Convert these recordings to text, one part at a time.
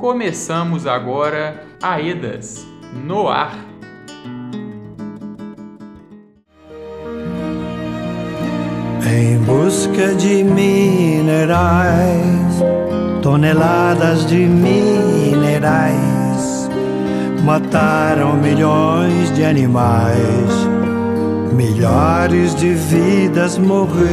começamos agora AEDAS no ar. Em busca de minerais, toneladas de minerais mataram milhões de animais, milhares de vidas morreram.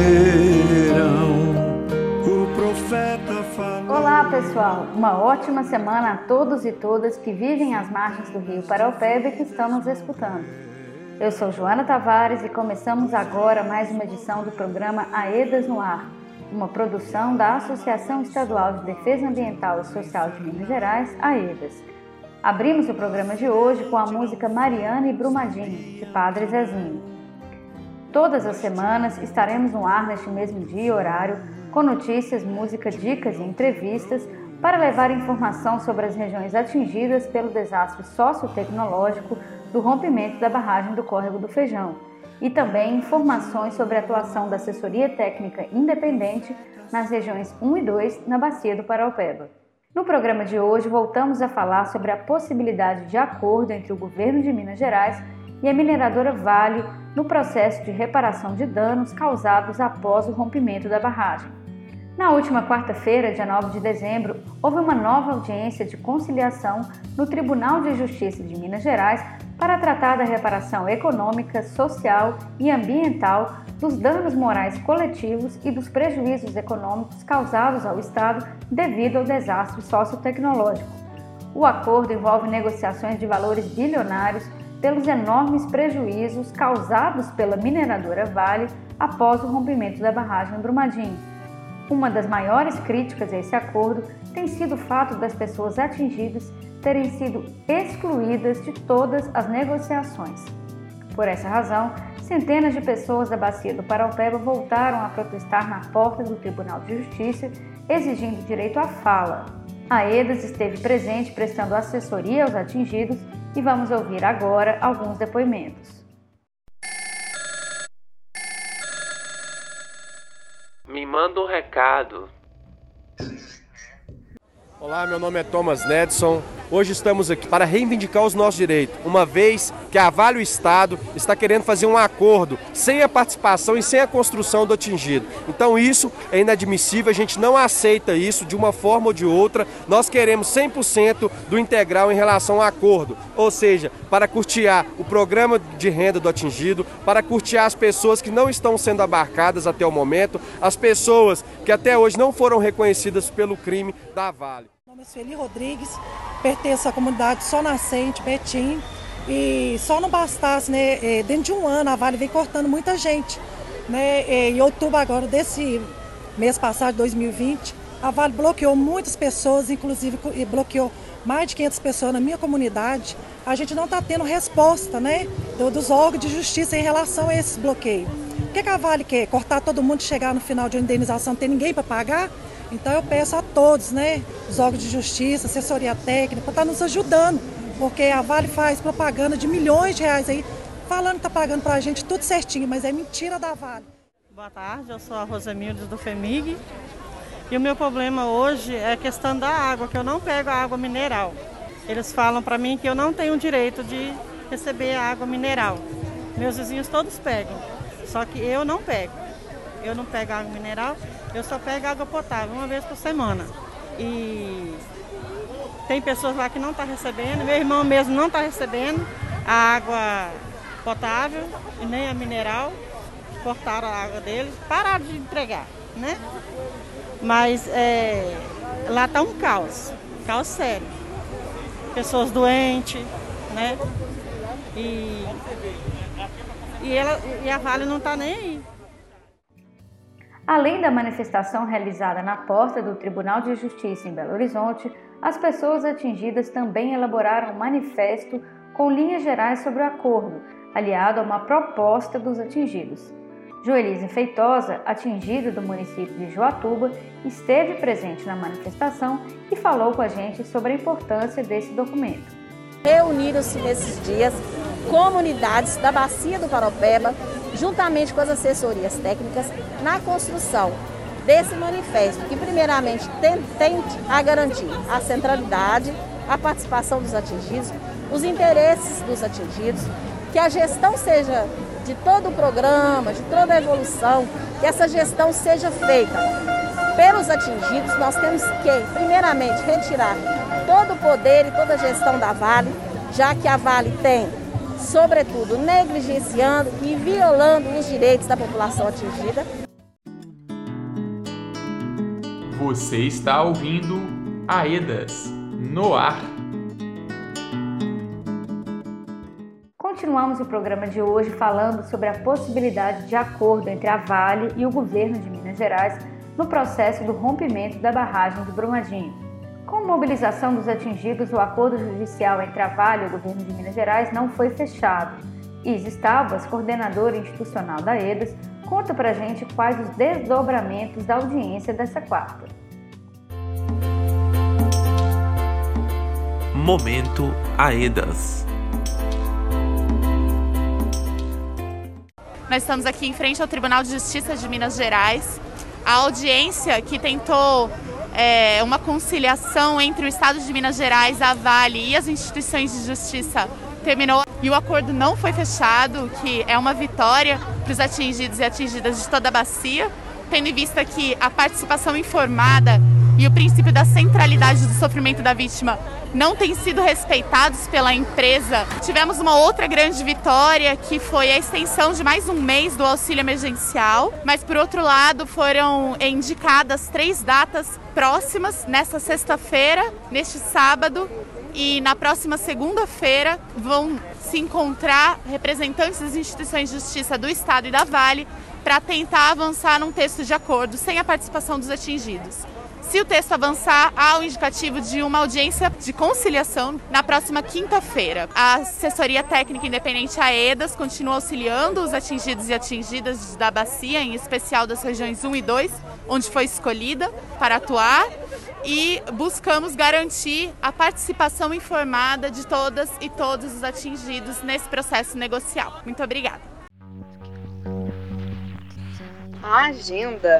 O profeta falou... Olá pessoal, uma ótima semana a todos e todas que vivem às margens do rio Paraopeba e que estão nos escutando. Eu sou Joana Tavares e começamos agora mais uma edição do programa AEDAS no Ar, uma produção da Associação Estadual de Defesa Ambiental e Social de Minas Gerais, AEDAS. Abrimos o programa de hoje com a música Mariana e Brumadinho, de Padre Zezinho. Todas as semanas estaremos no ar neste mesmo dia e horário, com notícias, música, dicas e entrevistas para levar informação sobre as regiões atingidas pelo desastre sociotecnológico do rompimento da barragem do Córrego do Feijão e também informações sobre a atuação da Assessoria Técnica Independente nas regiões 1 e 2 na Bacia do Paraopeba. No programa de hoje voltamos a falar sobre a possibilidade de acordo entre o governo de Minas Gerais e a mineradora Vale no processo de reparação de danos causados após o rompimento da barragem. Na última quarta-feira, dia 9 de dezembro, houve uma nova audiência de conciliação no Tribunal de Justiça de Minas Gerais para tratar da reparação econômica, social e ambiental dos danos morais coletivos e dos prejuízos econômicos causados ao Estado devido ao desastre sociotecnológico. O acordo envolve negociações de valores bilionários pelos enormes prejuízos causados pela mineradora Vale após o rompimento da barragem Brumadinho. Uma das maiores críticas a esse acordo tem sido o fato das pessoas atingidas terem sido excluídas de todas as negociações. Por essa razão, centenas de pessoas da Bacia do Paraopeba voltaram a protestar na porta do Tribunal de Justiça, exigindo direito à fala. A AEDAS esteve presente prestando assessoria aos atingidos e vamos ouvir agora alguns depoimentos. Me manda um recado. Olá, meu nome é Thomas Nedson. Hoje estamos aqui para reivindicar os nossos direitos, uma vez que a Vale, o Estado, está querendo fazer um acordo sem a participação e sem a construção do atingido. Então isso é inadmissível, a gente não aceita isso de uma forma ou de outra. Nós queremos 100% do integral em relação ao acordo, ou seja, para custear o programa de renda do atingido, para custear as pessoas que não estão sendo abarcadas até o momento, as pessoas que até hoje não foram reconhecidas pelo crime da Vale. Meu nome é Sueli Rodrigues, pertenço à comunidade Só Nascente, Betim, e só não bastasse, né, dentro de um ano a Vale vem cortando muita gente, né, em outubro agora desse mês passado, 2020, a Vale bloqueou muitas pessoas, inclusive bloqueou mais de 500 pessoas na minha comunidade. A gente não está tendo resposta, né, dos órgãos de justiça em relação a esses bloqueios. O que a Vale quer? Cortar todo mundo, chegar no final de uma indenização, não ter ninguém para pagar? Então eu peço a todos, né, os órgãos de justiça, assessoria técnica, para estar nos ajudando, porque a Vale faz propaganda de milhões de reais aí, falando que está pagando para a gente tudo certinho, mas é mentira da Vale. Boa tarde, eu sou a Rosemildes do FEMIG e o meu problema hoje é a questão da água, que eu não pego a água mineral. Eles falam para mim que eu não tenho o direito de receber a água mineral. Meus vizinhos todos pegam, só que eu não pego. Eu não pego água mineral, eu só pego água potável uma vez por semana. E tem pessoas lá que não estão recebendo, meu irmão mesmo não está recebendo a água potável e nem a mineral. Cortaram a água deles, pararam de entregar, né? Mas lá está um caos sério. Pessoas doentes, né? E a Vale não está nem aí. Além da manifestação realizada na porta do Tribunal de Justiça em Belo Horizonte, as pessoas atingidas também elaboraram um manifesto com linhas gerais sobre o acordo, aliado a uma proposta dos atingidos. Joelise Feitosa, atingida do município de Joatuba, esteve presente na manifestação e falou com a gente sobre a importância desse documento. Reuniram-se nesses dias comunidades da Bacia do Paraopeba, juntamente com as assessorias técnicas, na construção desse manifesto, que primeiramente tente a garantir a centralidade, a participação dos atingidos, os interesses dos atingidos, que a gestão seja de todo o programa, de toda a evolução, que essa gestão seja feita pelos atingidos. Nós temos que, primeiramente, retirar todo o poder e toda a gestão da Vale, já que a Vale tem, sobretudo, negligenciando e violando os direitos da população atingida. Você está ouvindo AEDAS no ar. Continuamos o programa de hoje falando sobre a possibilidade de acordo entre a Vale e o governo de Minas Gerais no processo do rompimento da barragem de Brumadinho. Com mobilização dos atingidos, o acordo judicial entre a Vale e o governo de Minas Gerais não foi fechado. Isis Talbas, coordenadora institucional da AEDAS, conta pra gente quais os desdobramentos da audiência dessa quarta. Momento AEDAS. Nós estamos aqui em frente ao Tribunal de Justiça de Minas Gerais. A audiência que tentou uma conciliação entre o Estado de Minas Gerais, a Vale e as instituições de justiça terminou e o acordo não foi fechado, que é uma vitória para os atingidos e atingidas de toda a bacia, tendo em vista que a participação informada e o princípio da centralidade do sofrimento da vítima não têm sido respeitados pela empresa. Tivemos uma outra grande vitória, que foi a extensão de mais um mês do auxílio emergencial, mas por outro lado foram indicadas 3 datas próximas, nessa sexta-feira, neste sábado e na próxima segunda-feira vão se encontrar representantes das instituições de justiça do Estado e da Vale para tentar avançar num texto de acordo sem a participação dos atingidos. Se o texto avançar, há o indicativo de uma audiência de conciliação na próxima quinta-feira. A assessoria técnica independente AEDAS continua auxiliando os atingidos e atingidas da bacia, em especial das regiões 1 e 2, onde foi escolhida para atuar, e buscamos garantir a participação informada de todas e todos os atingidos nesse processo negocial. Muito obrigada. A agenda.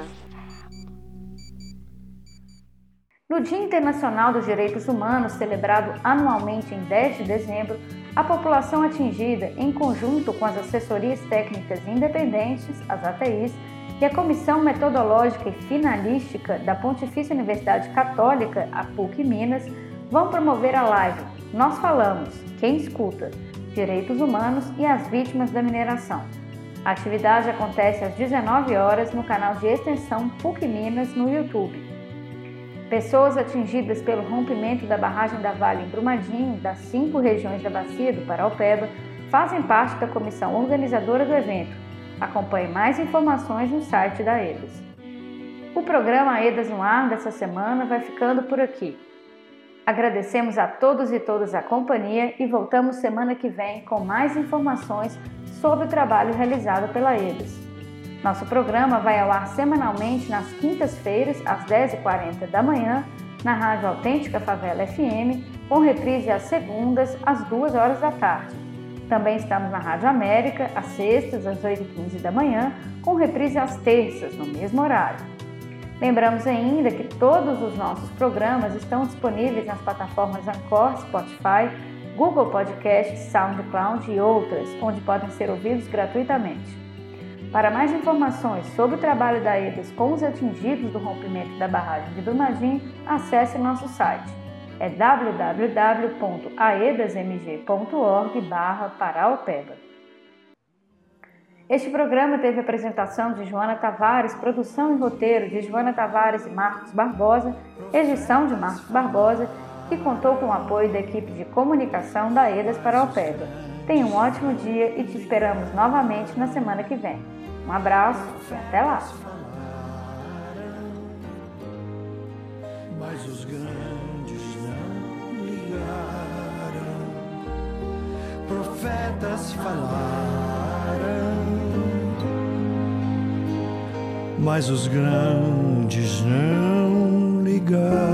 No Dia Internacional dos Direitos Humanos, celebrado anualmente em 10 de dezembro, a população atingida, em conjunto com as assessorias técnicas independentes, as ATIs, e a Comissão Metodológica e Finalística da Pontifícia Universidade Católica, a PUC Minas, vão promover a live Nós Falamos, Quem Escuta, Direitos Humanos e as Vítimas da Mineração. A atividade acontece às 19 horas no canal de extensão PUC Minas no YouTube. Pessoas atingidas pelo rompimento da barragem da Vale em Brumadinho, das 5 regiões da bacia do Paraopeba, fazem parte da comissão organizadora do evento. Acompanhe mais informações no site da AEDAS. O programa AEDAS no ar dessa semana vai ficando por aqui. Agradecemos a todos e todas a companhia e voltamos semana que vem com mais informações sobre o trabalho realizado pela AEDAS. Nosso programa vai ao ar semanalmente nas quintas-feiras, às 10h40 da manhã, na Rádio Autêntica Favela FM, com reprise às segundas, às 2 horas da tarde. Também estamos na Rádio América, às sextas, às 8h15 da manhã, com reprise às terças, no mesmo horário. Lembramos ainda que todos os nossos programas estão disponíveis nas plataformas Anchor, Spotify, Google Podcasts, SoundCloud e outras, onde podem ser ouvidos gratuitamente. Para mais informações sobre o trabalho da AEDAS com os atingidos do rompimento da barragem de Brumadinho, acesse nosso site. É www.aedasmg.org/Paraopeba. Este programa teve apresentação de Joana Tavares, produção e roteiro de Joana Tavares e Marcos Barbosa, edição de Marcos Barbosa e contou com o apoio da equipe de comunicação da AEDAS Paraopeba. Tenha um ótimo dia e te esperamos novamente na semana que vem. Um abraço e até lá! Mas os grandes não ligaram, profetas falaram, mas os grandes não ligaram.